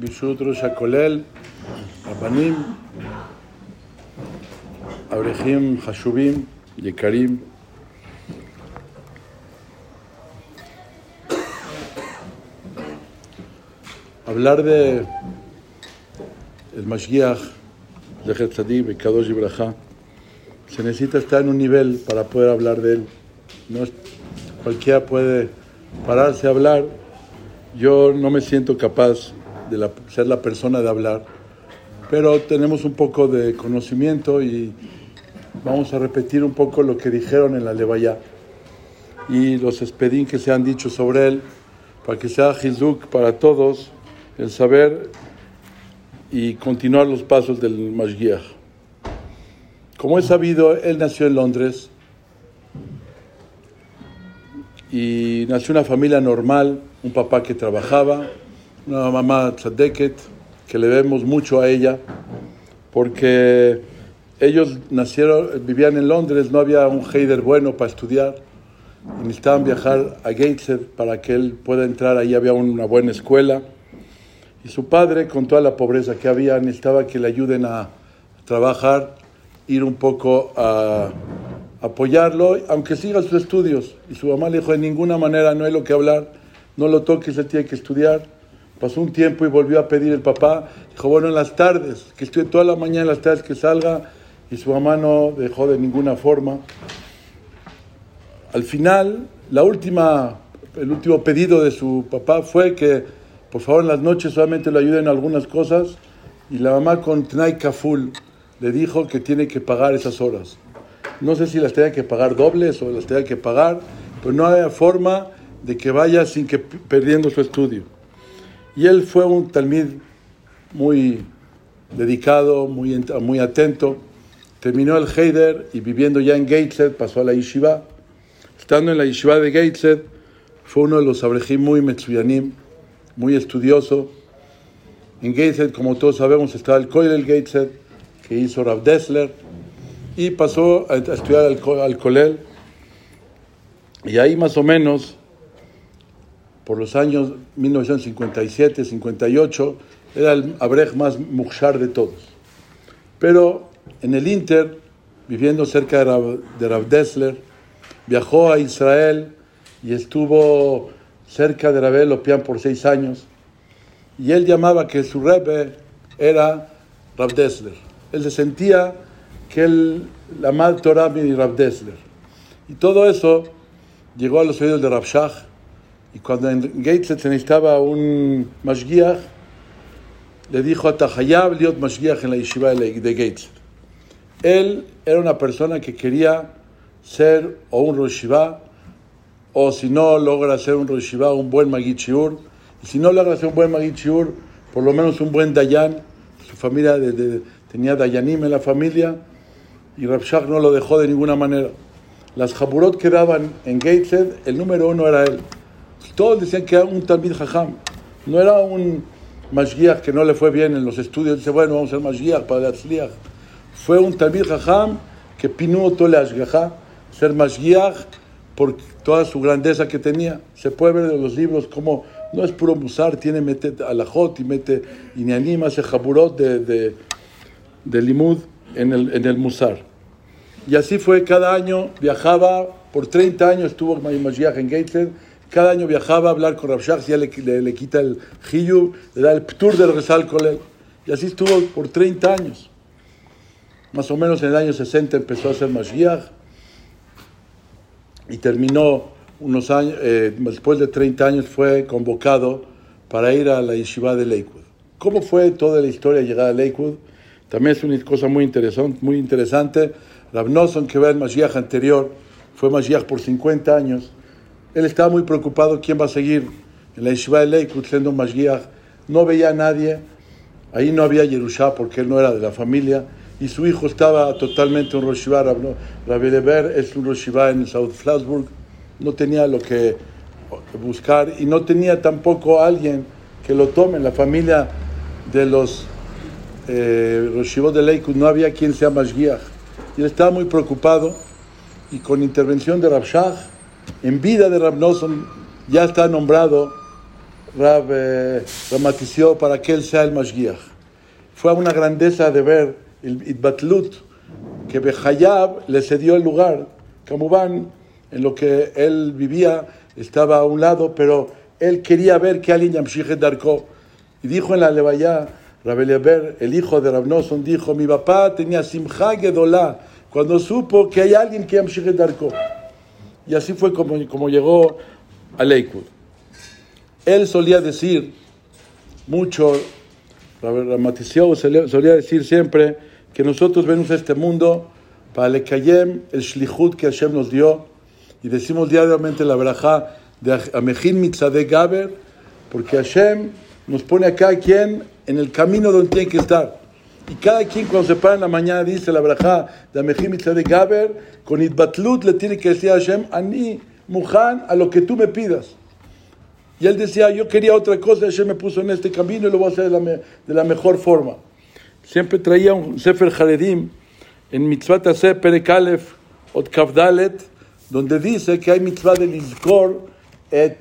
Bishut Rosh HaKolel, Rabbanim, Abrehim, Hashubim, Yekarim. Hablar de el Mashgiach, Zecher Tzadik, Bekadosh y Braja, se necesita estar en un nivel para poder hablar de él. No es, cualquiera puede pararse a hablar. Yo no me siento capaz de ser la persona de hablar, pero tenemos un poco de conocimiento y vamos a repetir un poco lo que dijeron en la Levaya y los espedín que se han dicho sobre él, para que sea Hizuk para todos el saber y continuar los pasos del Mashgiach. Como es sabido, él nació en Londres y nació en una familia normal, un papá que trabajaba, una mamá tzadeket, que le debemos mucho a ella, porque ellos vivían en Londres, no había un heider bueno para estudiar, y necesitaban viajar a Gateshead para que él pueda entrar, ahí había una buena escuela, y su padre, con toda la pobreza que había, necesitaba que le ayuden a trabajar, ir un poco a apoyarlo, aunque siga sus estudios. Y su mamá le dijo, de ninguna manera, no hay lo que hablar, no lo toques, él tiene que estudiar. Pasó un tiempo y volvió a pedir el papá, dijo, bueno, en las tardes, que estudie toda la mañana, en las tardes que salga, y su mamá no dejó de ninguna forma. Al final, el último pedido de su papá fue que, por favor, en las noches solamente le ayuden en algunas cosas, y la mamá con Tnai Kaful le dijo que tiene que pagar esas horas. No sé si las tenía que pagar dobles o las tenía que pagar, pero no había forma de que vaya sin que perdiendo su estudio. Y él fue un talmid muy dedicado, muy atento. Terminó el heider y viviendo ya en Gateshead pasó a la yeshiva. Estando en la yeshiva de Gateshead fue uno de los abrejim muy metzuyanim, muy estudioso. En Gateshead, como todos sabemos, estaba el Kollel Gateshead que hizo Rav Dessler y pasó a estudiar al Kollel. Y ahí más o menos por los años 1957-58, era el abrej más muhshar de todos. Pero en el Inter, viviendo cerca de Rav Dessler, viajó a Israel y estuvo cerca de Rabbi Lopian por 6 años. Y él llamaba que su Rebbe era Rav Dessler. Él se sentía que él amaba Torah y Rav Dessler. Y todo eso llegó a los oídos de Rav Shach. Y cuando en Gateshead se necesitaba un Mashgiach, le dijo a Tahayab liot Mashgiach en la yeshiva de Gateshead. Él era una persona que quería ser o un Rosh Yeshiva, o si no logra ser un Rosh Yeshiva, un buen Magid Shiur, y si no logra ser un buen Magid Shiur, por lo menos un buen Dayan. Su familia tenía Dayanim en la familia, y Rav Shach no lo dejó de ninguna manera. Las Jaburot que daban en Gateshead, el número 1 era él. Todos decían que era un Talmid Jajam, no era un Mashgiach que no le fue bien en los estudios. Dice, bueno, vamos a ser Mashgiach para Atzliach. Fue un Talmid Jajam que pinó tole Ashgaha, ser Mashgiach por toda su grandeza que tenía. Se puede ver de los libros como no es puro musar, mete alajot y mete inyanim, hace jaburot de limud en el musar. Y así fue, cada año viajaba, por 30 años estuvo Mashgiach en Gateshead. Cada año viajaba a hablar con Rav Shach, ya le quita el Hiyuv, le da el Ptur del Rezal Kolel. Y así estuvo por 30 años. Más o menos en el año 60 empezó a ser Mashgiach y terminó unos años, después de 30 años fue convocado para ir a la yeshiva de Lakewood. ¿Cómo fue toda la historia de llegar a Lakewood? También es una cosa muy interesante. Rav Nosson, que va el Mashgiach anterior, fue Mashgiach por 50 años. Él estaba muy preocupado quién va a seguir en la yeshiva de Lakewood siendo Mashgiach. No veía a nadie. Ahí no había Yerushá porque él no era de la familia. Y su hijo estaba totalmente en Rosh Yeshiva. Rabbi Leber es un Rosh Yeshiva en South Flattsburg. No tenía lo que buscar y no tenía tampoco alguien que lo tome. En la familia de los Rosh Yeshivot de Lakewood no había quien sea Mashgiach. Y él estaba muy preocupado y con intervención de Rav Shach, en vida de Rav Nosson, ya está nombrado Ramatisio para que él sea el Mashgiach. Fue una grandeza de ver el Itbatlut, que Behayab le cedió el lugar. Kamubán, en lo que él vivía, estaba a un lado, pero él quería ver que alguien Yamshich et Darko. Y dijo en la Levaya, Rabbi Leber, el hijo de Rav Nosson, dijo, mi papá tenía Simcha Gedolá cuando supo que hay alguien que Yamshich et Darko. Y así fue como llegó a Lakewood. Él solía decir mucho, Ramatisio solía decir siempre que nosotros venimos a este mundo para lekayem el shlichut que Hashem nos dio, y decimos diariamente la verajá de Amejin Mitzadeh Gaber, porque Hashem nos pone a cada quien en el camino donde tiene que estar. Y cada quien cuando se para en la mañana dice la verajá de Amejin Mitzadeh Gaber, con Itbatlut le tiene que decir a Hashem, Ani Muhan, a lo que tú me pidas. Y él decía, yo quería otra cosa, Hashem me puso en este camino y lo voy a hacer de la mejor forma. Siempre traía un Sefer Haredim en Mitzvat Aseh Perek Aleph Ot Kavdalet, donde dice que hay mitzvah de Lizkor et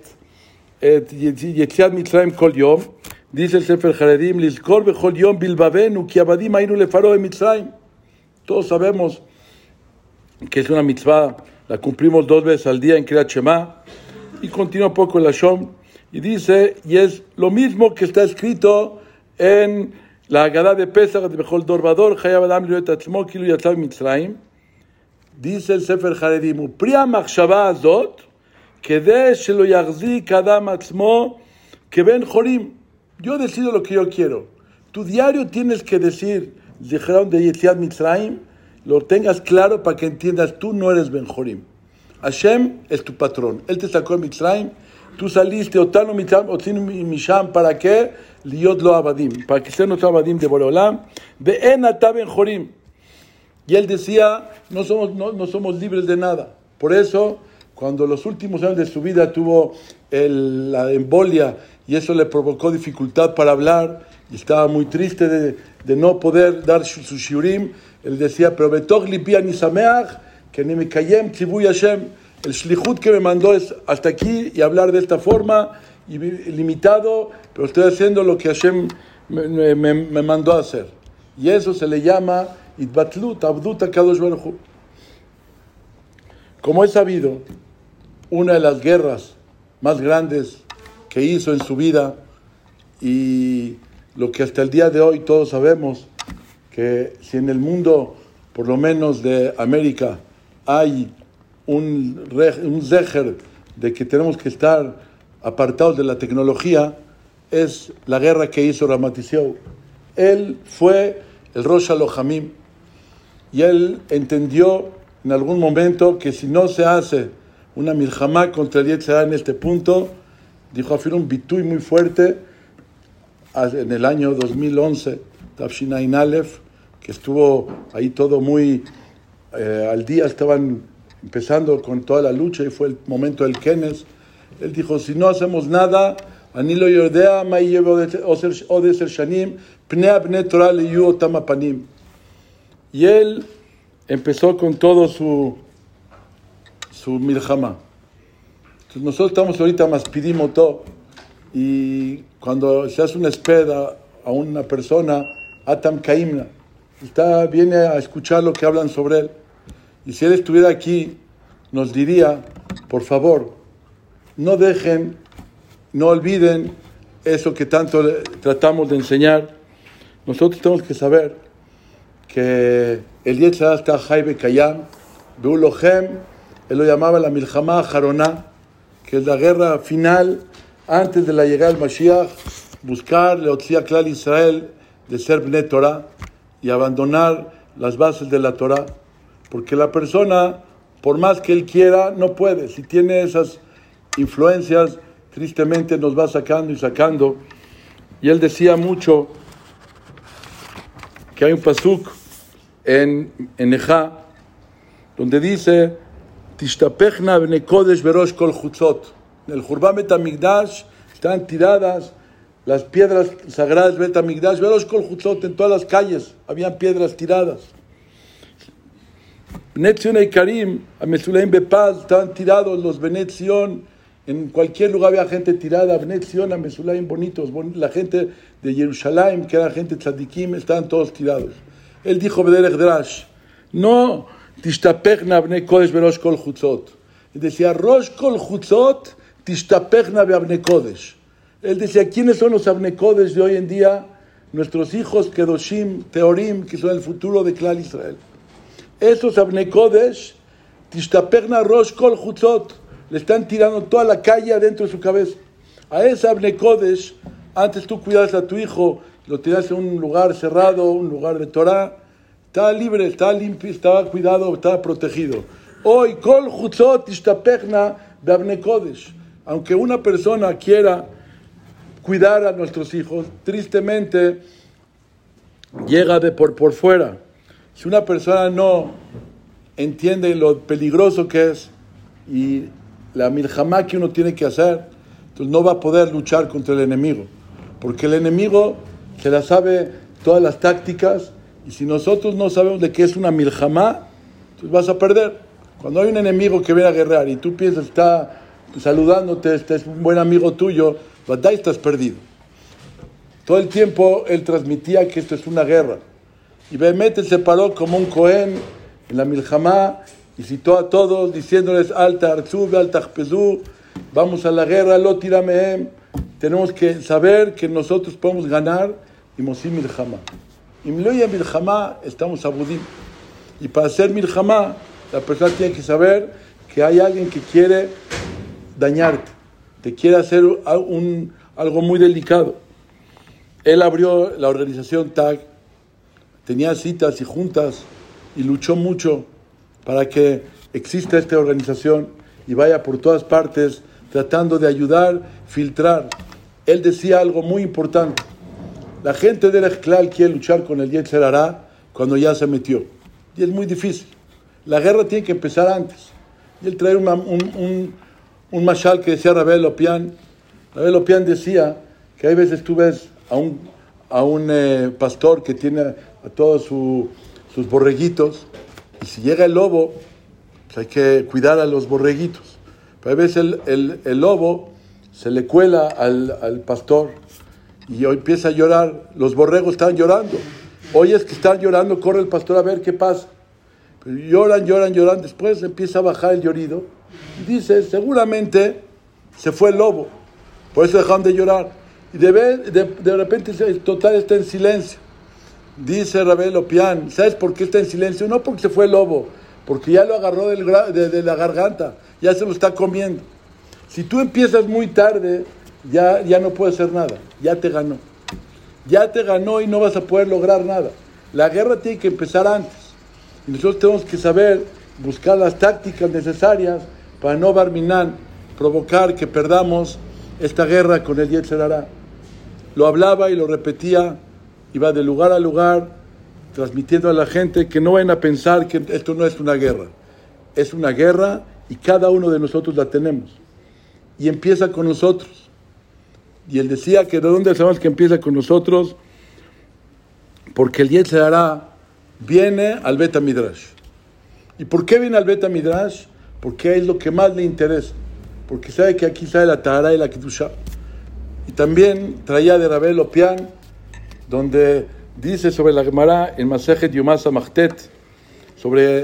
Yetziat Mitzrayim Kol Yom. Dice el Sefer Haredim, Lizkor Bechol Yom Bilbavenu Ki Abadim Haynu Lefaro en Mitzrayim. Todos sabemos que es una mitzvah, la cumplimos 2 veces al día en Kriyat Shema, y continúa un poco en la Shom, y dice, y es lo mismo que está escrito en la Haggadah de Pesach de Bechol Dor Vador, Chayav Adam Lioet Atzmo Kilu Yatzav Mitzrayim. Dice el Sefer Haredim, Priya Machshava Azot, Kedeh Shelo Yachzik Adam Atzmo Keben Chorim. Yo decido lo que yo quiero. Tu diario tienes que decir, Zichron de Yetziat Mitzrayim, lo tengas claro para que entiendas, tú no eres Ben Jorim. Hashem es tu patrón. Él te sacó de Mitzrayim. Tú saliste, Otanu Mitzrayim, Otzinu Misham, ¿para qué? Liot lo Abadim. Para que sean nuestro Abadim de Boreolam. Ve'en ata Ben Jorim. Y él decía, no somos libres de nada. Por eso, cuando los últimos años de su vida tuvo la embolia y eso le provocó dificultad para hablar y estaba muy triste de no poder dar su shiurim, él decía, pero betoch lipi ani sameach que ni me kayem tzivui Hashem. El shlichut que me mandó es hasta aquí y hablar de esta forma y limitado, pero estoy haciendo lo que Hashem me mandó a hacer. Y eso se le llama Itbatlut, Abdut HaKadosh Baruch Hu. Como es sabido, una de las guerras más grandes que hizo en su vida, y lo que hasta el día de hoy todos sabemos, que si en el mundo, por lo menos de América, hay un zeher de que tenemos que estar apartados de la tecnología, es la guerra que hizo Ramatisio. Él fue el Rosh HaLochamim, y él entendió en algún momento que si no se hace una milhamá contra el Yetzer Hara en este punto, dijo afirma un bituy muy fuerte en el año 2011, Tafshin Ayin Aleph, que estuvo ahí todo muy al día, estaban empezando con toda la lucha y fue el momento del Kenes. Él dijo, si no hacemos nada, Ani lo yordea, ma yevo odeser shanim, pnei bnei Torah liyu otam apanim. Y él empezó con todo su milhamá. Entonces nosotros estamos ahorita más pedimos todo, y cuando se hace una espeda a una persona, atam kaimna, viene a escuchar lo que hablan sobre él. Y si él estuviera aquí, nos diría, por favor, no olviden eso que tanto tratamos de enseñar. Nosotros tenemos que saber que el Yetzer Hara está Jai Kayam, Beulochem, él lo llamaba la Milhamá Jaroná, que es la guerra final antes de la llegada del Mashiach, buscar Leotzia Klal Israel de ser Bnei Torah y abandonar las bases de la Torah, porque la persona, por más que él quiera, no puede. Si tiene esas influencias, tristemente nos va sacando y sacando. Y él decía mucho que hay un pasuk en Ejá, donde dice, Tishtapechna bnei kodesh berosh kol chutzot. En el Jurban Bet HaMikdash están tiradas las piedras sagradas Bet HaMikdash, berosh kol chutzot, en todas las calles habían piedras tiradas. Bnei Tzion Eikarim, Amesulaim Bepaz, estaban tirados los Bnei Tzion En cualquier lugar había gente tirada, Bnei Zion, Mesulaim, bonitos. La gente de Jerusalén, que era gente tzadikim, estaban todos tirados. Él dijo, Bederech Drash, no tishtapechna bnei kodesh berosh kol chutzot. Él decía, Rosh kol chutzot tishtapechna beabnei kodesh. Él decía, ¿quiénes son los abnei kodesh de hoy en día? Nuestros hijos Kedoshim, Teorim, que son el futuro de Klal Israel. Esos abnei kodesh tishtapechna rosh kol chutzot. Le están tirando toda la calle adentro de su cabeza. A esa abnei kodesh, antes tú cuidabas a tu hijo, lo tenías en un lugar cerrado, un lugar de Torah, estaba libre, estaba limpio, estaba cuidado, estaba protegido. Hoy, kol chutzot tishtapechna beabnei kodesh. Aunque una persona quiera cuidar a nuestros hijos, tristemente llega de por fuera. Si una persona no entiende lo peligroso que es y la milhamá que uno tiene que hacer, entonces no va a poder luchar contra el enemigo, porque el enemigo se la sabe todas las tácticas, y si nosotros no sabemos de qué es una milhamá, entonces vas a perder. Cuando hay un enemigo que viene a guerrear y tú piensas está saludándote, este es un buen amigo tuyo, ¿verdad? Estás perdido. Todo el tiempo él transmitía que esto es una guerra, y Behemet se paró como un Cohen en la milhamá y citó a todos diciéndoles alta arzu, alta jpezú, vamos a la guerra, lo tiramehem. Tenemos que saber que nosotros podemos ganar y mosim milhamá. Y milhamá estamos abudim. Y para hacer milhamá, la persona tiene que saber que hay alguien que quiere dañarte, te quiere hacer algo muy delicado. Él abrió la organización TAG, tenía citas y juntas y luchó mucho para que exista esta organización y vaya por todas partes tratando de ayudar, filtrar. Él decía algo muy importante. La gente del Ejklal quiere luchar con el Yetzer Hará cuando ya se metió. Y es muy difícil. La guerra tiene que empezar antes. Y él trae un mashal que decía Rabbi Lopian. Rabbi Lopian decía que hay veces tú ves a un pastor que tiene a todos sus borreguitos, y si llega el lobo, pues hay que cuidar a los borreguitos. Pero a veces el lobo se le cuela al pastor y hoy empieza a llorar. Los borregos están llorando. Oyes que están llorando, corre el pastor a ver qué pasa. Pero lloran. Después empieza a bajar el llorido y dice, seguramente se fue el lobo, por eso dejaron de llorar. Y de repente el total está en silencio. Dice Rabbi Lopian, ¿sabes por qué está en silencio? No porque se fue el lobo, porque ya lo agarró de la garganta, ya se lo está comiendo. Si tú empiezas muy tarde, ya no puedes hacer nada, ya te ganó y no vas a poder lograr nada. La guerra tiene que empezar antes, y nosotros tenemos que saber buscar las tácticas necesarias para no barminan, provocar que perdamos esta guerra con el Yetzer Hará. Lo hablaba y lo repetía, iba de lugar a lugar transmitiendo a la gente que no vayan a pensar que esto no es una guerra. Es una guerra y cada uno de nosotros la tenemos. Y empieza con nosotros. Y él decía que de dónde sabemos que empieza con nosotros, porque el Yetzer Hará viene al Bet HaMidrash. ¿Y por qué viene al Bet HaMidrash? Porque es lo que más le interesa. Porque sabe que aquí sale la Tahara y la Kedushá. Y también traía de Rabbi Lopian, donde dice sobre la Gemara en Masejet Yomá Samachtet, sobre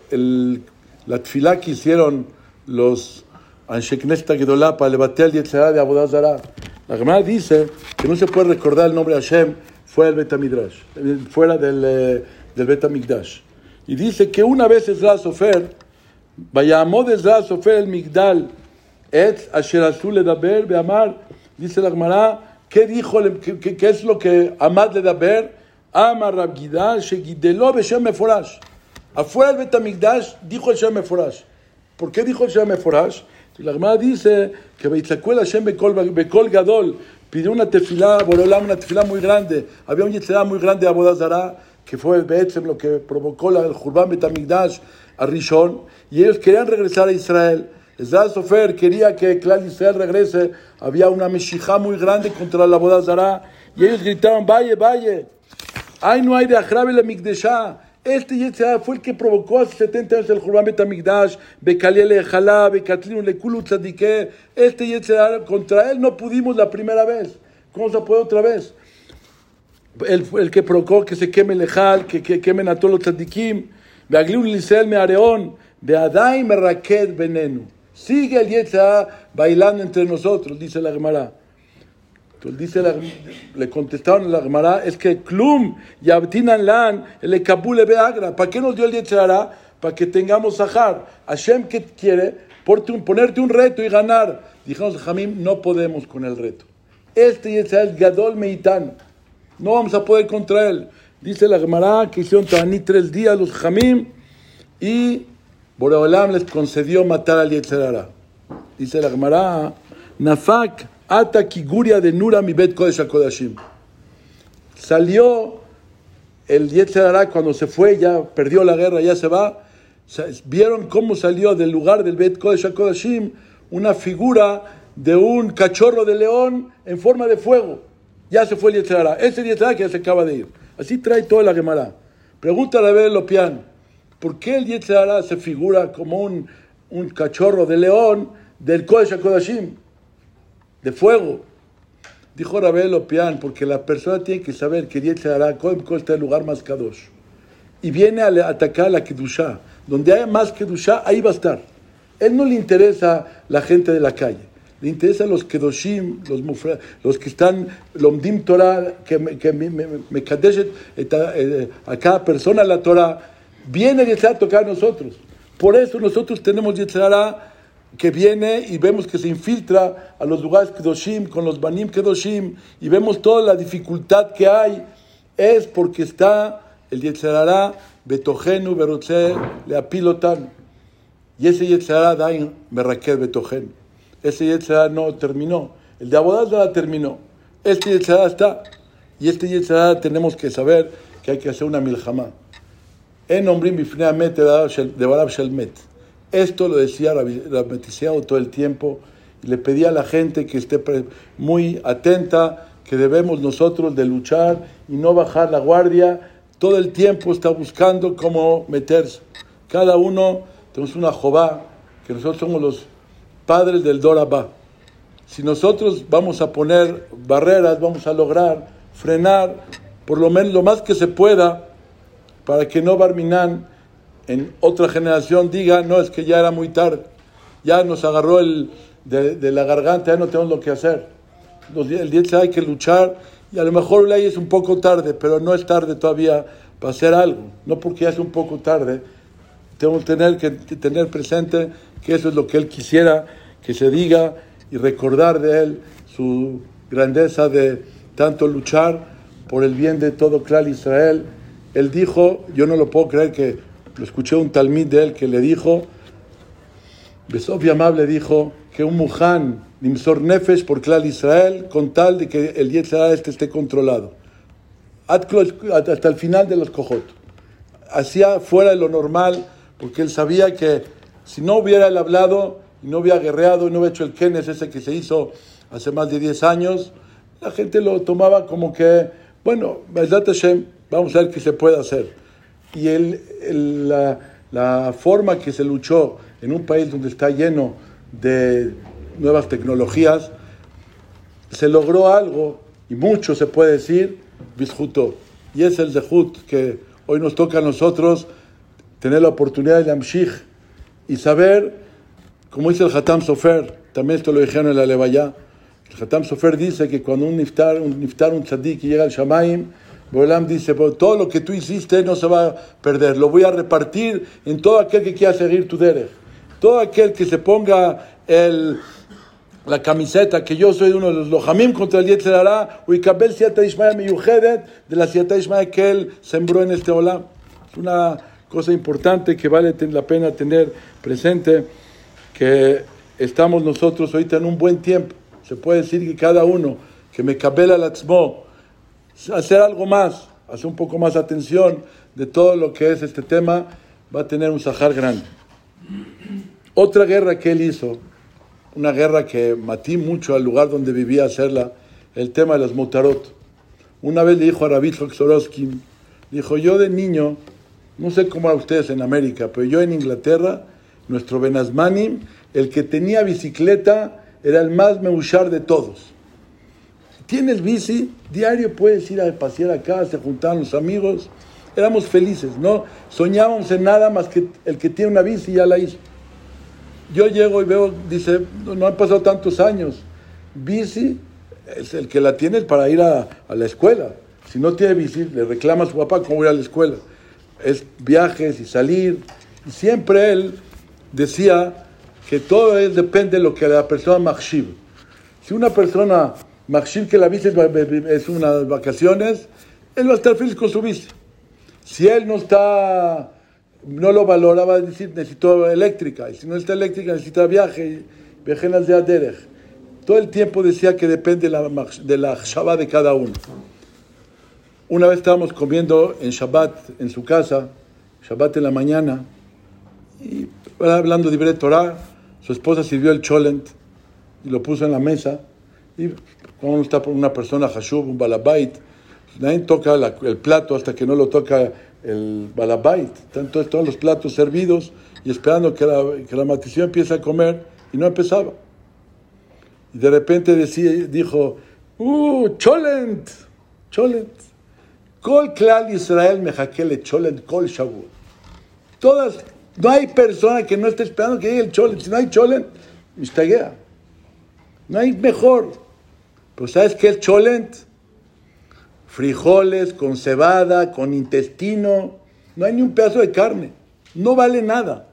la tefilá que hicieron los Anshe Knesset Gedolá para levantar el Yetzer Hará de Avodah Zará. La Gemara dice que no se puede recordar el nombre de Hashem fuera del Bet HaMidrash, fuera del Bet HaMikdash. Y dice que una vez Ezra Sofer, Vayamod Ezra Sofer el Migdal, Et Asher Asu Ledaber Beamar, dice la Gemara, ¿qué dijo? ¿Qué es lo que Amad Ledaber? Amar Rab Gidal Shegidelo Beshem Meforash. Afuera del Bet HaMikdash dijo el Shem Meforash. ¿Por qué dijo el Shem Meforash? La Gemara dice que Beitzakuel Hashem Bekol Gadol pidió una tefilá, Boreolam, una tefilá muy grande. Había un Yetzer Hará muy grande de Avodah Zará, que fue Beetzem lo que provocó el Jurban Bet HaMikdash a Rishon, y ellos querían regresar a Israel. Ezra Sofer quería que Klal Israel regrese. Había una meshijá muy grande contra la Avodah Zará, y ellos gritaban, vaya, ay no hay de Ajrabe la Mikdeshá, Este Yetzirah fue el que provocó hace 70 años el Jurban Bet Hamikdash, Bekaliel Echalá, Bekatlinu Lekulu Tzadike. Este Yetzirah, contra él no pudimos la primera vez. ¿Cómo se puede otra vez? Él fue el que provocó que se queme el Ejal, que quemen a todos los tzadikim. Beagliu Lisel Meareón, Beadai Merraked Benenu. Sigue el Yetzirah bailando entre nosotros, dice la Gemara. Le contestaron a la Gemara, es que Klum Yabtinan Lan el Kabule Beagra. ¿Para qué nos dio el Yetzirah? Para que tengamos Sahar. Hashem, ¿qué quiere? Ponerte un reto y ganar. Dijimos, Jamim, no podemos con el reto. Este Yetzirah es Gadol Meitan. No vamos a poder contra él. Dice la Gemara que hicieron Tanit 3 días los Jamim y Boreolam les concedió matar al Yetzirah. Dice la Gemara, Nafak Ata Kiguria de Nura mi Bet Kodesh HaKodashim. Salió el Yetzirah cuando se fue, ya perdió la guerra, ya se va. Vieron cómo salió del lugar del Bet Kodesh HaKodashim una figura de un cachorro de león en forma de fuego. Ya se fue el Yetzirah. Ese Yetzirah que ya se acaba de ir. Así trae toda la Gemara. Pregunta a Rabbi Lopian, ¿por qué el Yetzirah se figura como un cachorro de león del Kodesh HaKodashim? De fuego. Dijo Rabbi Lopian, porque la persona tiene que saber que Yetzirah está en el lugar más kadosh. Y viene a atacar la Kedushá. Donde haya más Kedushá, ahí va a estar. Él no le interesa la gente de la calle. Le interesan los Kedoshim, los que están Lomdim Torah, que me kadeshet a cada persona la Torah. Viene Yetzirah a tocar a nosotros. Por eso nosotros tenemos Yetzirah que viene y vemos que se infiltra a los lugares Kedoshim con los Banim Kedoshim y vemos toda la dificultad que hay. Es porque está el Yetzirah Betochenu Berotze Leapilotan. Y ese Yetzirah Dain Merraked Betochenu. Ese Yetzirah no terminó. El de Abodá ya terminó. Este Yetzirah está. Y este Yetzirah tenemos que saber que hay que hacer una milhamá. En Ombrim Bifnei Amet de Barab Shelmet. Esto lo decía Rabbi Matisiao todo el tiempo. Y le pedía a la gente que esté muy atenta, que debemos nosotros de luchar y no bajar la guardia. Todo el tiempo está buscando cómo meterse. Cada uno tenemos una jobá, que nosotros somos los padres del Dor Abba. Si nosotros vamos a poner barreras, vamos a lograr frenar, por lo menos lo más que se pueda, para que no Barminan en otra generación diga, no, es que ya era muy tarde, ya nos agarró de la garganta, ya no tenemos lo que hacer. El día hay que luchar, y a lo mejor la es un poco tarde, pero no es tarde todavía para hacer algo. No porque ya es un poco tarde, tenemos que tener presente que eso es lo que él quisiera que se diga y recordar de él su grandeza de tanto luchar por el bien de todo Klal Israel. Él dijo, yo no lo puedo creer que lo escuché un talmid de él que le dijo, Besov Yamav le dijo que un Mujan Nimsor Nefesh por Klal Israel con tal de que el Yetzirah esté controlado. Hasta el final de los Kohot. Hacía fuera de lo normal porque él sabía que si no hubiera él hablado, y no hubiera guerreado, y no hubiera hecho el Kenes ese que se hizo hace más de 10 años, la gente lo tomaba como que, bueno, Be'ezrat Hashem, vamos a ver qué se puede hacer. Y la forma que se luchó en un país donde está lleno de nuevas tecnologías, se logró algo, y mucho se puede decir, Bizhutó. Y es el Zehut que hoy nos toca a nosotros tener la oportunidad de Amshich y saber, como dice el Hatam Sofer, también esto lo dijeron en la Levaya, el Hatam Sofer dice que cuando un tzadik llega al Shamaim, Boreolam dice, todo lo que tú hiciste no se va a perder, lo voy a repartir en todo aquel que quiera seguir tu derech. Todo aquel que se ponga la camiseta que yo soy uno de los lojamim contra el Yetzirah, uikabel siata ishmaya miyuchedet de la siata ishmaya que él sembró en este olam. Es una cosa importante que vale la pena tener presente, que estamos nosotros ahorita en un buen tiempo. Se puede decir que cada uno que me cabela la tzmo, hacer algo más, hacer un poco más atención de todo lo que es este tema, va a tener un sahar grande. Otra guerra que él hizo, una guerra que matí mucho al lugar donde vivía a hacerla, el tema de las motarot. Una vez le dijo a Rabbi Soroskin, dijo, yo de niño No sé cómo a ustedes en América, pero yo en Inglaterra, nuestro Ben Azmanim, el que tenía bicicleta era el más meushar de todos. Si tienes bici, diario puedes ir a pasear acá, se juntaban los amigos, éramos felices, no soñábamos en nada más que el que tiene una bici ya la hizo. Yo llego y veo, dice, no han pasado tantos años, bici es el que la tiene para ir a la escuela. Si no tiene bici, le reclama a su papá cómo ir a la escuela. Es viajes y salir. Y siempre él decía que todo depende de lo que la persona machshib. Si una persona machshib que la bici es unas vacaciones, él va a estar feliz con su bici. Si él no lo valora, va a decir, necesito eléctrica. Y si no está eléctrica, necesita viaje en las de Aderech. Todo el tiempo decía que depende de la Shabbat de cada uno. Una vez estábamos comiendo en Shabbat en su casa, Shabbat en la mañana, y hablando de Divrei Torah, su esposa sirvió el cholent y lo puso en la mesa. Y cuando uno está por una persona hashub, un balabait, nadie toca el plato hasta que no lo toca el balabait. Están todos los platos servidos y esperando que la maldición empiece a comer, y no empezaba. Y de repente dijo, cholent. Kol klal Israel mejake cholent kol Shavuot. No hay persona que no esté esperando que llegue el cholent. Si no hay cholent, mistaguea. No hay mejor. Pero ¿sabes qué es cholent? Frijoles con cebada, con intestino. No hay ni un pedazo de carne. No vale nada.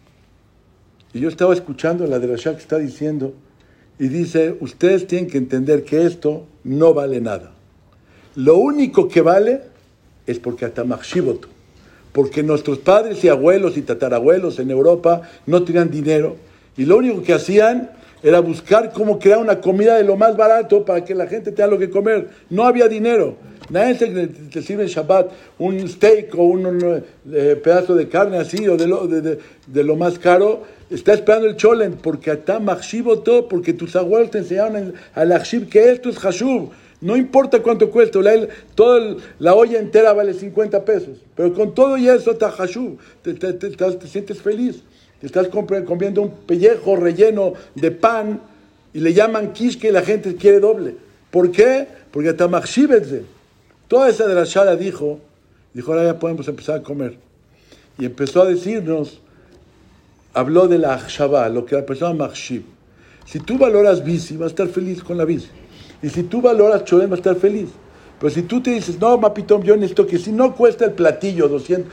Y yo estaba escuchando la de Rasha que está diciendo, y dice, ustedes tienen que entender que esto no vale nada. Lo único que vale es porque hasta machshivoto, porque nuestros padres y abuelos y tatarabuelos en Europa no tenían dinero, y lo único que hacían era buscar cómo crear una comida de lo más barato para que la gente tenga lo que comer. No había dinero. Nadie te sirve en Shabbat un steak o un pedazo de carne así, o de lo más caro. Está esperando el cholent, porque hasta machshivoto, porque tus abuelos te enseñaron al achshib que esto es hashub. No importa cuánto cuesta, toda la olla entera vale 50 pesos, pero con todo y eso está hashub, te sientes feliz. Te estás comiendo un pellejo relleno de pan y le llaman kishke y la gente quiere doble. ¿Por qué? Porque hasta machshibetze. Toda esa de la Shara dijo, ahora ya podemos empezar a comer. Y empezó a decirnos, habló de la achshava, lo que la persona machshib. Si tú valoras bici, vas a estar feliz con la bici. Y si tú valoras cholent, vas a estar feliz. Pero si tú te dices, no, mapitón, yo necesito que si no cuesta el platillo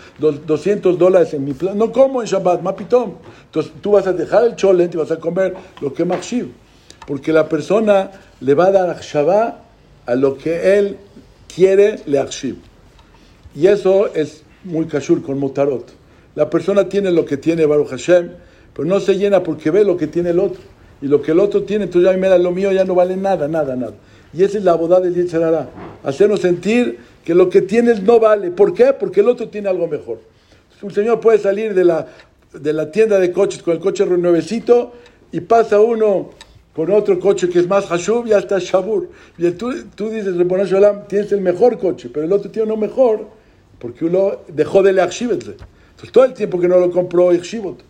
$200 en mi plato, no como en Shabbat, mapitón. Entonces tú vas a dejar el cholent y vas a comer lo que es machshib. Porque la persona le va a dar achshava a lo que él quiere le achshib. Y eso es muy kashur con motarot. La persona tiene lo que tiene Baruch Hashem, pero no se llena porque ve lo que tiene el otro. Y lo que el otro tiene, entonces ya mira, lo mío ya no vale nada. Y esa es la boda del Yetzer Hara. Hacernos sentir que lo que tienes no vale. ¿Por qué? Porque el otro tiene algo mejor. Un señor puede salir de la tienda de coches con el coche nuevecito y pasa uno con otro coche que es más hashub, ya está shabur. Y tú dices, Ribono Shel Olam, tienes el mejor coche, pero el otro tiene uno mejor porque uno dejó de leachshivetle. Entonces todo el tiempo que no lo compró, leachshivot.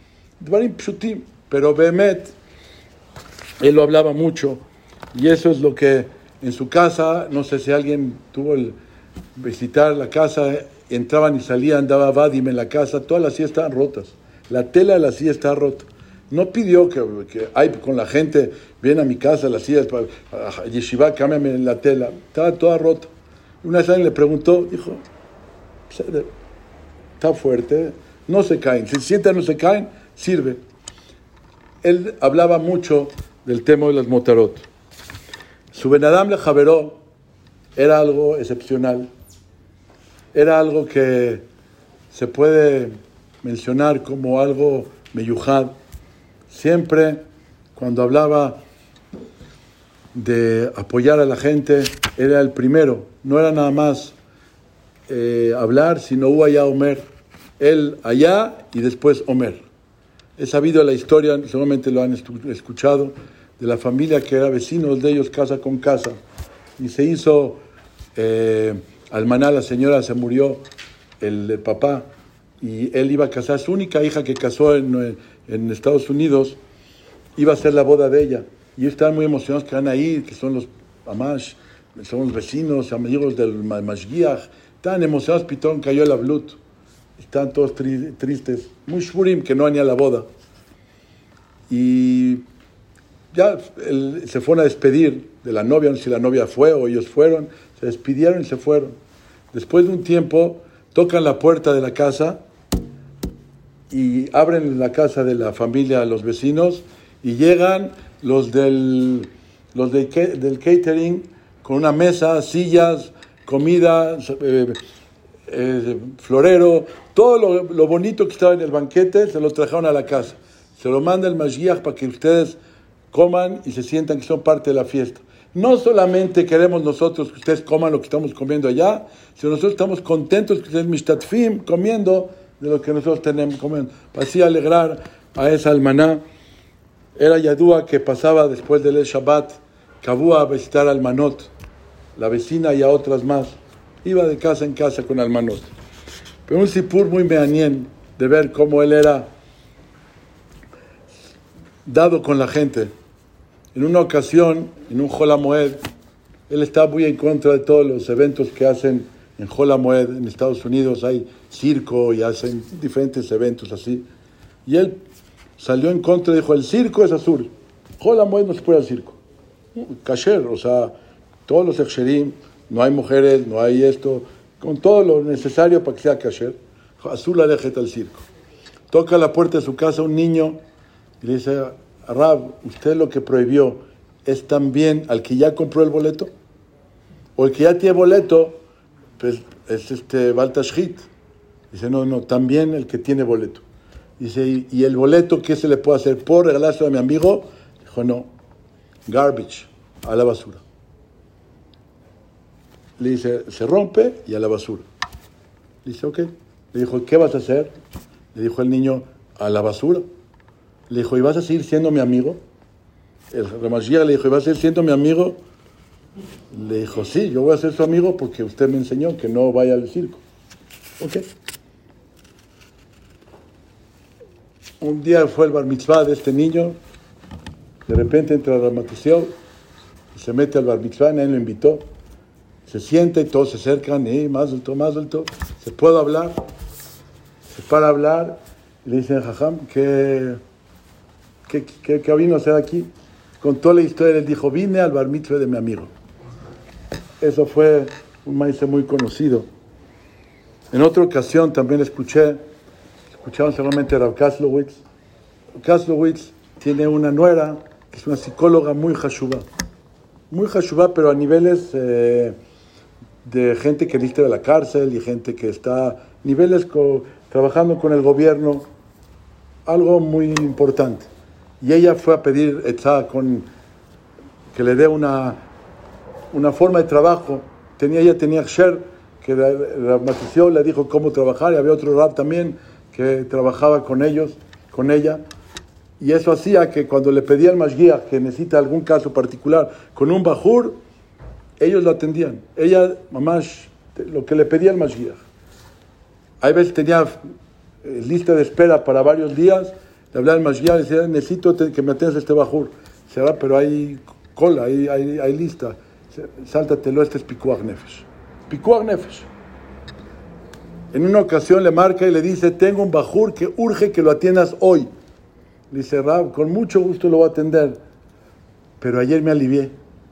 Pero Behemet, él lo hablaba mucho, y eso es lo que en su casa, no sé si alguien tuvo el visitar la casa, entraban y salían, daba vadim en la casa, todas las sillas estaban rotas, la tela de la silla estaba rota. No pidió que hay con la gente, ven a mi casa, las sillas, a yeshiva, cámbiame la tela, estaba toda rota. Una vez alguien le preguntó, dijo, está fuerte, no se caen, si se sientan no se caen, sirve. Él hablaba mucho del tema de las motarot. Su Ben Adam le Javeró era algo excepcional. Era algo que se puede mencionar como algo meyujad. Siempre cuando hablaba de apoyar a la gente, era el primero. No era nada más hablar, sino allá Omer. Él allá y después Omer. He sabido la historia, seguramente lo han escuchado, de la familia que era vecinos de ellos, casa con casa. Y se hizo almaná, la señora se murió, el papá, y él iba a casar, su única hija que casó en Estados Unidos, iba a ser la boda de ella. Y ellos estaban muy emocionados que van a ir, que son los amash, son los vecinos, amigos del Mashgiach. Estaban emocionados, pitón, cayó el ablut. Estaban todos tristes, muy shvurim, que no van a la boda. Y ya se fueron a despedir de la novia, no sé si la novia fue o ellos fueron, se despidieron y se fueron. Después de un tiempo, tocan la puerta de la casa y abren la casa de la familia a los vecinos y llegan los del catering con una mesa, sillas, comida, florero, todo lo bonito que estaba en el banquete se lo trajeron a la casa. Se lo manda el Mashiach para que ustedes coman y se sientan que son parte de la fiesta. No solamente queremos nosotros que ustedes coman lo que estamos comiendo allá, sino nosotros estamos contentos que ustedes mishtatfim comiendo de lo que nosotros tenemos comiendo. Para así alegrar a esa almaná. Era Yadúa que pasaba después del Shabbat, Kabúa a visitar al Manot, la vecina y a otras más. Iba de casa en casa con Almanot. Pero un sipur muy meanien de ver cómo él era dado con la gente. En una ocasión, en un Hol HaMoed, él estaba muy en contra de todos los eventos que hacen en Hol HaMoed. En Estados Unidos hay circo y hacen diferentes eventos así. Y él salió en contra y dijo, el circo es azul. Hol HaMoed no se puede al circo. Kasher, o sea, todos los eksherim, no hay mujeres, no hay esto, con todo lo necesario para que sea kasher. Azul aléjate al circo. Toca la puerta de su casa un niño y le dice, Rab, ¿usted lo que prohibió es también al que ya compró el boleto? O el que ya tiene boleto, pues es Baltashit. Dice, no, también el que tiene boleto. Dice, ¿y el boleto qué se le puede hacer? ¿Puedo regalárselo a mi amigo? Dijo, no, garbage, a la basura. Le dice, se rompe y a la basura. Le dice, ok. Le dijo, ¿qué vas a hacer? Le dijo el niño, a la basura. Le dijo, ¿y vas a seguir siendo mi amigo? El Ramashia le dijo, ¿y vas a seguir siendo mi amigo? Le dijo, sí, yo voy a ser su amigo porque usted me enseñó que no vaya al circo. Ok. Un día fue el bar mitzvah de este niño. De repente entra Ramatuseo y se mete al bar mitzvah, nadie lo invitó. Se sienta y todos se acercan, más alto. ¿Se puede hablar? Se para a hablar y le dicen, Jajam, ¿qué vino a hacer aquí? Contó la historia, él dijo, vine al bar mitzvah de mi amigo. Eso fue un maestro muy conocido. En otra ocasión también escucharon seguramente a Rav Kaslowitz. Kaslowitz tiene una nuera que es una psicóloga muy hashubá, pero a niveles de gente que lista de la cárcel y gente que está a niveles trabajando con el gobierno, algo muy importante. Y ella fue a pedir etzá que le dé una forma de trabajo. Ella tenía Ksher, que la Matisio le dijo cómo trabajar, y había otro rab también que trabajaba con ella. Y eso hacía que cuando le pedía al Mashgiach que necesita algún caso particular con un bajur, ellos lo atendían. Ella, mamás, lo que le pedía al Mashgiach. Hay veces tenía lista de espera para varios días, le hablaba al Mashgiach y decía, necesito que me atiendas este bajur. Dice, pero hay cola, hay lista. Sáltatelo, este es Pikuach Nefesh. Pikuach Nefesh. En una ocasión le marca y le dice, tengo un bajur que urge que lo atiendas hoy. Le dice, Rab, con mucho gusto lo voy a atender, pero ayer me alivié.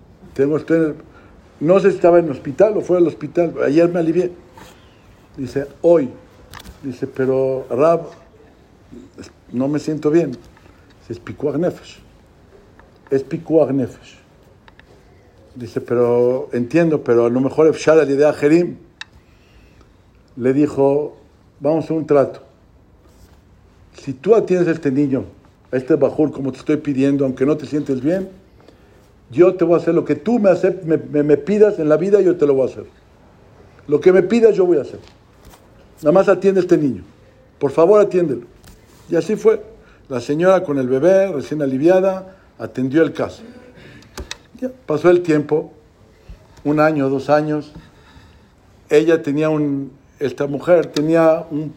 No sé si estaba en el hospital o fuera del hospital, pero ayer me alivié. Dice, hoy. Dice, pero Rab, no me siento bien. Dice, es Pikuach Nefesh. Es Pikuach Nefesh. Dice, pero entiendo, pero a lo mejor Efshar al idea Jerim. Le dijo, vamos a hacer un trato. Si tú atiendes a este niño, a este bajur, como te estoy pidiendo, aunque no te sientes bien, yo te voy a hacer lo que tú me pidas en la vida, yo te lo voy a hacer. Lo que me pidas, yo voy a hacer. Nada más atiende a este niño. Por favor, atiéndelo. Y así fue. La señora con el bebé, recién aliviada, atendió el caso. Ya, pasó el tiempo, 1 año, 2 años. Esta mujer tenía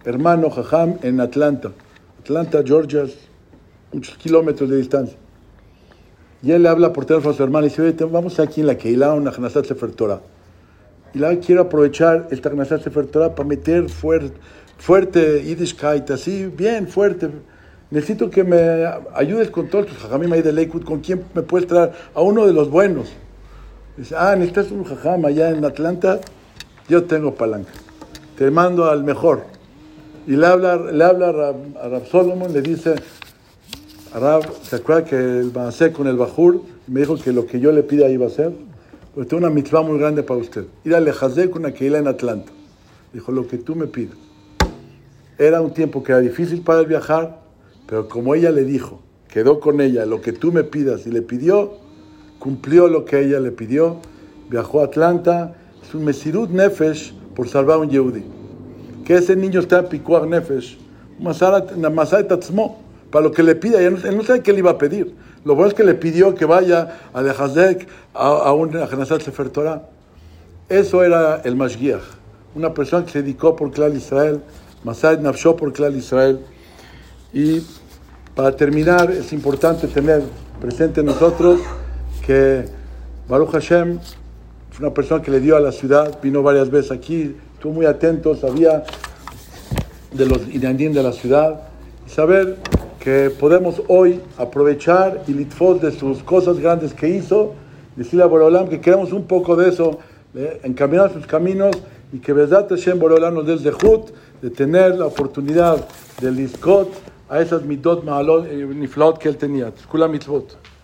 hermano Jajam en Atlanta, Georgia, muchos kilómetros de distancia. Y él le habla por teléfono a su hermano y dice, oye, vamos aquí en la Keilah, una Hnasat Sefer Torah. Y la quiero aprovechar esta Hnasat Sefer Torah para meter fuerte Yiddishkeit, así, bien fuerte. Necesito que me ayudes con todos tus jajamim ahí de Lakewood, ¿con quién me puedes traer? A uno de los buenos. Dice, necesitas un jajam allá en Atlanta, yo tengo palanca. Te mando al mejor. Y le habla a Rab Solomon, le dice, a Rab, ¿se acuerda que el Maaseh con el Bajur me dijo que lo que yo le pida iba a hacer? Pues tengo una mitzvah muy grande para usted. Ir a Lejazek con una Keilah en Atlanta. Dijo, lo que tú me pidas. Era un tiempo que era difícil para él viajar, pero como ella le dijo, quedó con ella, lo que tú me pidas, y le pidió, cumplió lo que ella le pidió, viajó a Atlanta, es un Mesirut Nefesh por salvar a un Yehudi. Que ese niño está en Pikuach Nefesh, Masá de Tatzmo, para lo que le pida, él no sabe qué le iba a pedir. Lo bueno es que le pidió que vaya a Lejazek, a una Hnasat Sefer Torah. Eso era el Mashgiach, una persona que se dedicó por Klal Israel, Masá de Nafshó por Klal Israel. Y para terminar, es importante tener presente en nosotros que Baruch Hashem fue una persona que le dio a la ciudad, vino varias veces aquí, estuvo muy atento, sabía de los inyandim de la ciudad, y saber que podemos hoy aprovechar y litfot de sus cosas grandes que hizo, decirle a Boreolam que queremos un poco de eso, encaminar sus caminos, y que Bezat Hashem Boreolam nos dé el zehut de tener la oportunidad de liskot a esas mitot ma'alot niflaot que él tenía. Kula mitzvot.